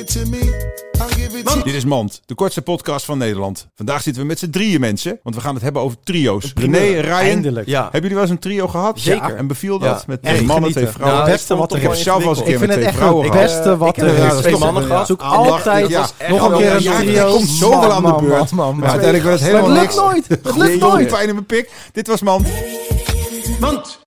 Dit is Mand, de kortste podcast van Nederland. Vandaag zitten we met z'n drieën, mensen. Want we gaan het hebben over trio's. René, Ryan. Eindelijk. Ja. Hebben jullie wel eens een trio gehad? Zeker. En beviel dat? Ja. Met Echt 2 mannen, genieten. 2 vrouwen? Nou, het beste wat er Ik heb is. zelf al eens een keer Ik met vind 2 het echt vrouwen het gehad. beste wat er Ja, is. dat is 2 toch- mannen ja. gehad. Zoek Aandacht, altijd ja. nog een keer een Ja, trio. er komt zoveel aan de beurt. Maar uiteindelijk werd het helemaal Het niks. lukt nooit. Het lukt nooit. Pijn in mijn pik. Dit was Mand. Mand.